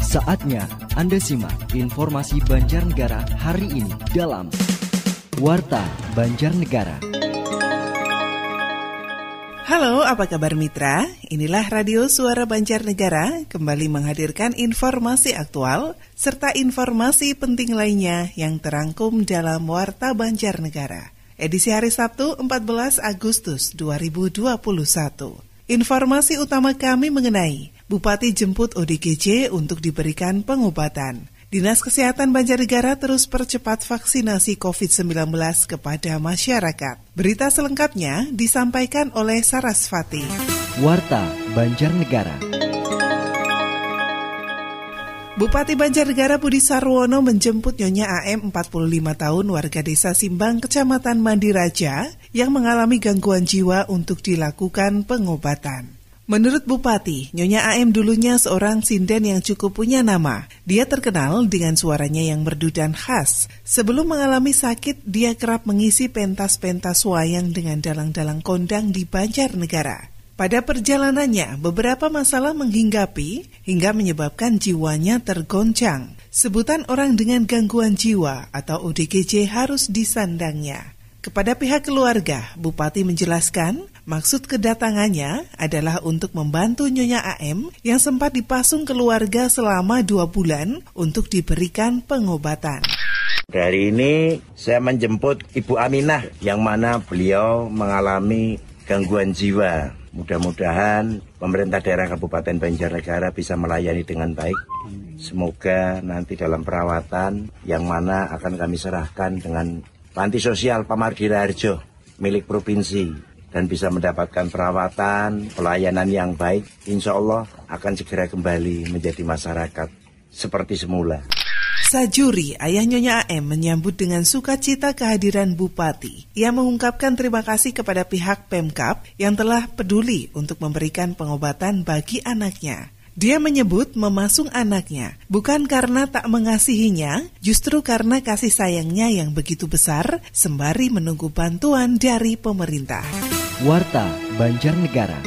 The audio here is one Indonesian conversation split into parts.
Saatnya Anda simak informasi Banjarnegara hari ini dalam Warta Banjarnegara. Halo, apa kabar mitra? Inilah Radio Suara Banjarnegara kembali menghadirkan informasi aktual serta informasi penting lainnya yang terangkum dalam Warta Banjarnegara. Edisi hari Sabtu 14 Agustus 2021. Informasi utama kami mengenai Bupati jemput ODGJ untuk diberikan pengobatan. Dinas Kesehatan Banjarnegara terus percepat vaksinasi COVID-19 kepada masyarakat. Berita selengkapnya disampaikan oleh Sarasvati. Warta Banjarnegara. Bupati Banjarnegara Budi Sarwono menjemput Nyonya AM 45 tahun warga desa Simbang, Kecamatan Mandiraja yang mengalami gangguan jiwa untuk dilakukan pengobatan. Menurut Bupati, Nyonya AM dulunya seorang sinden yang cukup punya nama. Dia terkenal dengan suaranya yang merdu dan khas. Sebelum mengalami sakit, dia kerap mengisi pentas-pentas wayang dengan dalang-dalang kondang di Banjarnegara. Pada perjalanannya, beberapa masalah menghinggapi hingga menyebabkan jiwanya tergoncang. Sebutan orang dengan gangguan jiwa atau ODGJ harus disandangnya. Kepada pihak keluarga, Bupati menjelaskan maksud kedatangannya adalah untuk membantu Nyonya AM yang sempat dipasung keluarga selama 2 bulan untuk diberikan pengobatan. Dari ini saya menjemput Ibu Aminah yang mana beliau mengalami gangguan jiwa. Mudah-mudahan pemerintah daerah Kabupaten Banjarnegara bisa melayani dengan baik. Semoga nanti dalam perawatan yang mana akan kami serahkan dengan Panti Sosial Pamardi Raharjo milik provinsi dan bisa mendapatkan perawatan, pelayanan yang baik, insya Allah akan segera kembali menjadi masyarakat seperti semula. Sajuri, ayah Nyonya AM, menyambut dengan sukacita kehadiran Bupati. Ia mengungkapkan terima kasih kepada pihak Pemkab yang telah peduli untuk memberikan pengobatan bagi anaknya. Dia menyebut memasung anaknya bukan karena tak mengasihinya, justru karena kasih sayangnya yang begitu besar sembari menunggu bantuan dari pemerintah. Warta Banjarnegara.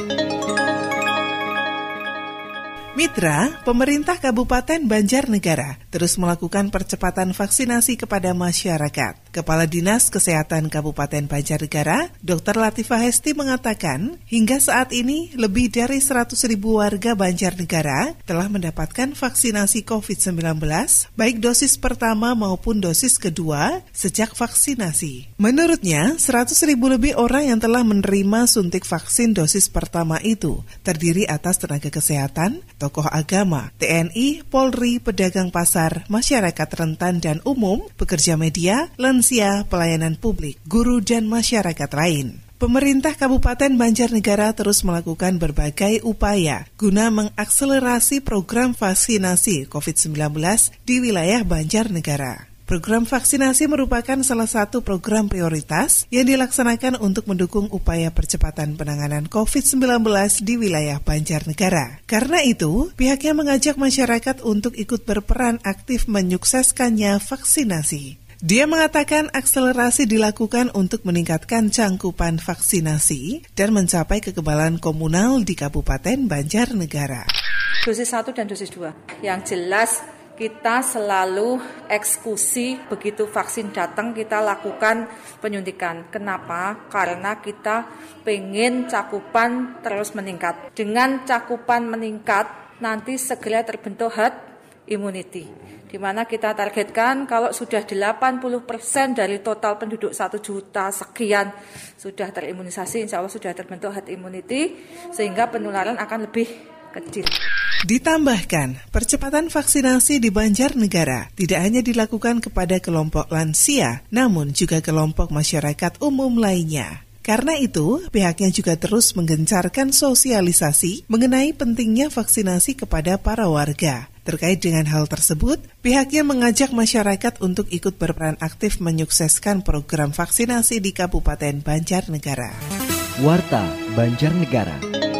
Mitra, pemerintah Kabupaten Banjarnegara terus melakukan percepatan vaksinasi kepada masyarakat. Kepala Dinas Kesehatan Kabupaten Banjarnegara, Dr. Latifah Hesti mengatakan, hingga saat ini lebih dari 100.000 warga Banjarnegara telah mendapatkan vaksinasi COVID-19, baik dosis pertama maupun dosis kedua sejak vaksinasi. Menurutnya, 100.000 lebih orang yang telah menerima suntik vaksin dosis pertama itu terdiri atas tenaga kesehatan, tokoh agama, TNI, Polri, pedagang pasar, masyarakat rentan dan umum, pekerja media, lansia, pelayanan publik, guru, dan masyarakat lain. Pemerintah Kabupaten Banjarnegara terus melakukan berbagai upaya guna mengakselerasi program vaksinasi COVID-19 di wilayah Banjarnegara. Program vaksinasi merupakan salah satu program prioritas yang dilaksanakan untuk mendukung upaya percepatan penanganan COVID-19 di wilayah Banjarnegara. Karena itu, pihaknya mengajak masyarakat untuk ikut berperan aktif menyukseskannya vaksinasi. Dia mengatakan akselerasi dilakukan untuk meningkatkan cangkupan vaksinasi dan mencapai kekebalan komunal di Kabupaten Banjarnegara. Dosis 1 dan dosis 2. Yang jelas kita selalu eksekusi begitu vaksin datang kita lakukan penyuntikan. Kenapa? Karena kita pengen cakupan terus meningkat. Dengan cakupan meningkat nanti segera terbentuk herd immunity. Di mana kita targetkan kalau sudah 80% dari total penduduk 1 juta sekian sudah terimunisasi, insya Allah sudah terbentuk herd immunity sehingga penularan akan lebih kecil. Ditambahkan, percepatan vaksinasi di Banjarnegara tidak hanya dilakukan kepada kelompok lansia, namun juga kelompok masyarakat umum lainnya. Karena itu, pihaknya juga terus menggencarkan sosialisasi mengenai pentingnya vaksinasi kepada para warga. Terkait dengan hal tersebut, pihaknya mengajak masyarakat untuk ikut berperan aktif menyukseskan program vaksinasi di Kabupaten Banjarnegara. Warta Banjarnegara.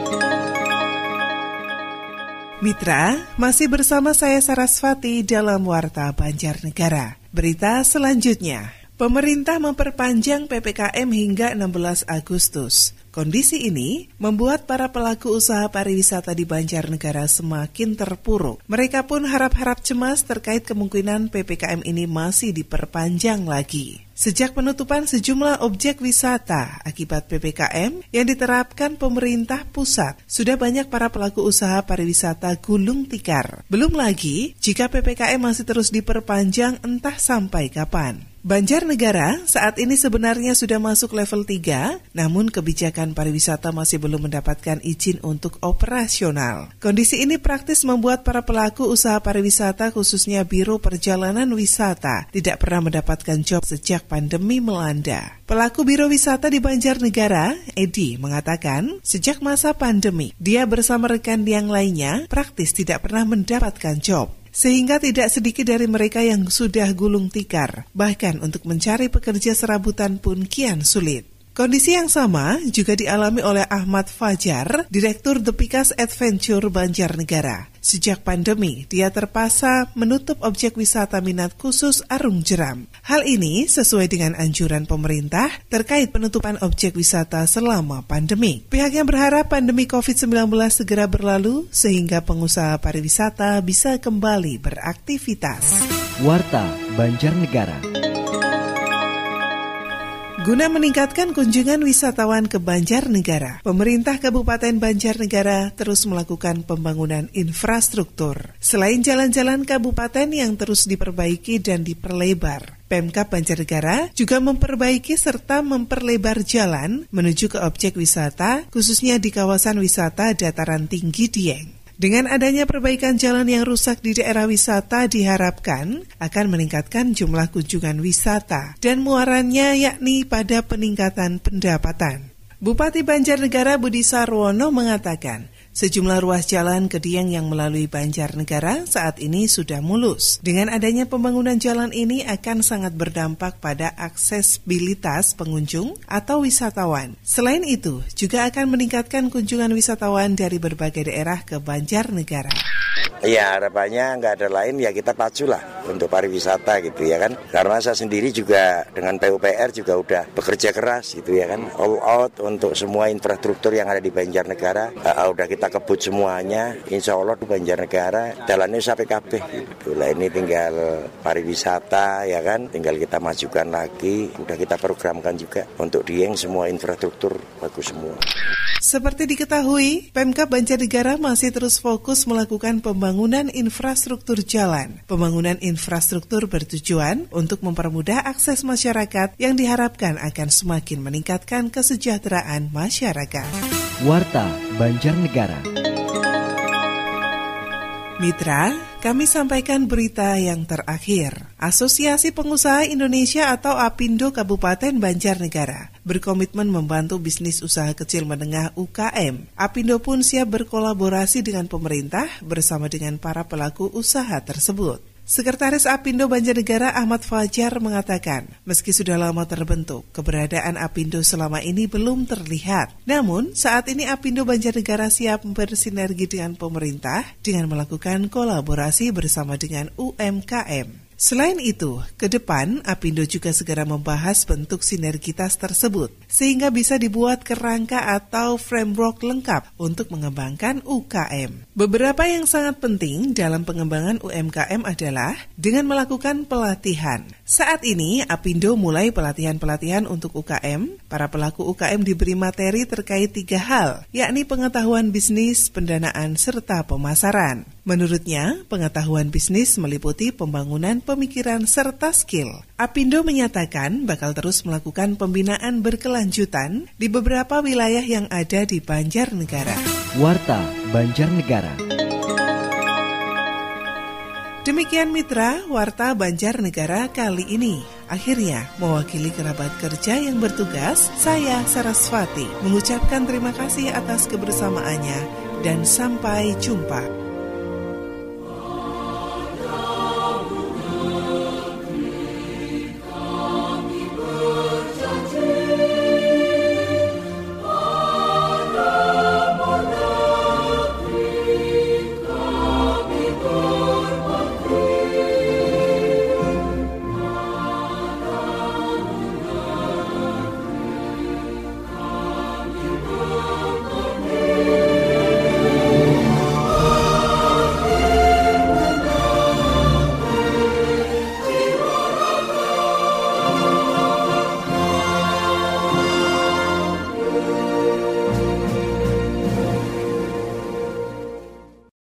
Mitra, masih bersama saya Sarasvati dalam Warta Banjarnegara. Berita selanjutnya, pemerintah memperpanjang PPKM hingga 16 Agustus. Kondisi ini membuat para pelaku usaha pariwisata di Banjarnegara semakin terpuruk. Mereka pun harap-harap cemas terkait kemungkinan PPKM ini masih diperpanjang lagi. Sejak penutupan sejumlah objek wisata akibat PPKM yang diterapkan pemerintah pusat, sudah banyak para pelaku usaha pariwisata gulung tikar. Belum lagi jika PPKM masih terus diperpanjang entah sampai kapan. Banjarnegara saat ini sebenarnya sudah masuk level 3, namun kebijakan pariwisata masih belum mendapatkan izin untuk operasional. Kondisi ini praktis membuat para pelaku usaha pariwisata khususnya Biro Perjalanan Wisata tidak pernah mendapatkan job sejak pandemi melanda. Pelaku Biro Wisata di Banjarnegara, Edi, mengatakan sejak masa pandemi, dia bersama rekan yang lainnya praktis tidak pernah mendapatkan job. Sehingga tidak sedikit dari mereka yang sudah gulung tikar, bahkan untuk mencari pekerja serabutan pun kian sulit. Kondisi yang sama juga dialami oleh Ahmad Fajar, Direktur The Pikas Adventure Banjarnegara. Sejak pandemi, dia terpaksa menutup objek wisata minat khusus Arung Jeram. Hal ini sesuai dengan anjuran pemerintah terkait penutupan objek wisata selama pandemi. Pihaknya berharap pandemi COVID-19 segera berlalu sehingga pengusaha pariwisata bisa kembali beraktivitas. Warta Banjarnegara. Guna meningkatkan kunjungan wisatawan ke Banjarnegara, pemerintah Kabupaten Banjarnegara terus melakukan pembangunan infrastruktur. Selain jalan-jalan kabupaten yang terus diperbaiki dan diperlebar, Pemkab Banjarnegara juga memperbaiki serta memperlebar jalan menuju ke objek wisata, khususnya di kawasan wisata dataran tinggi Dieng. Dengan adanya perbaikan jalan yang rusak di daerah wisata diharapkan akan meningkatkan jumlah kunjungan wisata dan muarannya yakni pada peningkatan pendapatan. Bupati Banjarnegara Budi Sarwono mengatakan sejumlah ruas jalan ke Dieng yang melalui Banjarnegara saat ini sudah mulus. Dengan adanya pembangunan jalan ini akan sangat berdampak pada aksesibilitas pengunjung atau wisatawan. Selain itu, juga akan meningkatkan kunjungan wisatawan dari berbagai daerah ke Banjarnegara. Ya harapannya nggak ada lain ya kita paculah untuk pariwisata gitu ya kan. Karena saya sendiri juga dengan PUPR juga udah bekerja keras gitu ya kan. All out untuk semua infrastruktur yang ada di Banjarnegara. Udah kita kebut semuanya. Insya Allah di Banjarnegara jalannya sampai kabeh gitu. Lah ini tinggal pariwisata ya kan. Tinggal kita majukan lagi. Udah kita programkan juga untuk Dieng semua infrastruktur bagus semua. Seperti diketahui, Pemkab Banjarnegara masih terus fokus melakukan pembangunan infrastruktur jalan. Pembangunan infrastruktur bertujuan untuk mempermudah akses masyarakat yang diharapkan akan semakin meningkatkan kesejahteraan masyarakat. Warta Banjarnegara. Mitra, kami sampaikan berita yang terakhir. Asosiasi Pengusaha Indonesia atau APindo Kabupaten Banjarnegara berkomitmen membantu bisnis usaha kecil menengah UKM. APindo pun siap berkolaborasi dengan pemerintah bersama dengan para pelaku usaha tersebut. Sekretaris APindo Banjarnegara Ahmad Fajar mengatakan, meski sudah lama terbentuk, keberadaan APindo selama ini belum terlihat. Namun, saat ini APindo Banjarnegara siap bersinergi dengan pemerintah dengan melakukan kolaborasi bersama dengan UMKM. Selain itu, ke depan APindo juga segera membahas bentuk sinergitas tersebut, sehingga bisa dibuat kerangka atau framework lengkap untuk mengembangkan UKM. Beberapa yang sangat penting dalam pengembangan UMKM adalah dengan melakukan pelatihan. Saat ini, APindo mulai pelatihan-pelatihan untuk UKM. Para pelaku UKM diberi materi terkait 3 hal, yakni pengetahuan bisnis, pendanaan, serta pemasaran. Menurutnya, pengetahuan bisnis meliputi pembangunan pemikiran serta skill. APindo menyatakan bakal terus melakukan pembinaan berkelanjutan di beberapa wilayah yang ada di Banjarnegara. Warta Banjarnegara. Demikian mitra, Warta Banjarnegara kali ini. Akhirnya, mewakili kerabat kerja yang bertugas, saya Sarasvati mengucapkan terima kasih atas kebersamaannya dan sampai jumpa.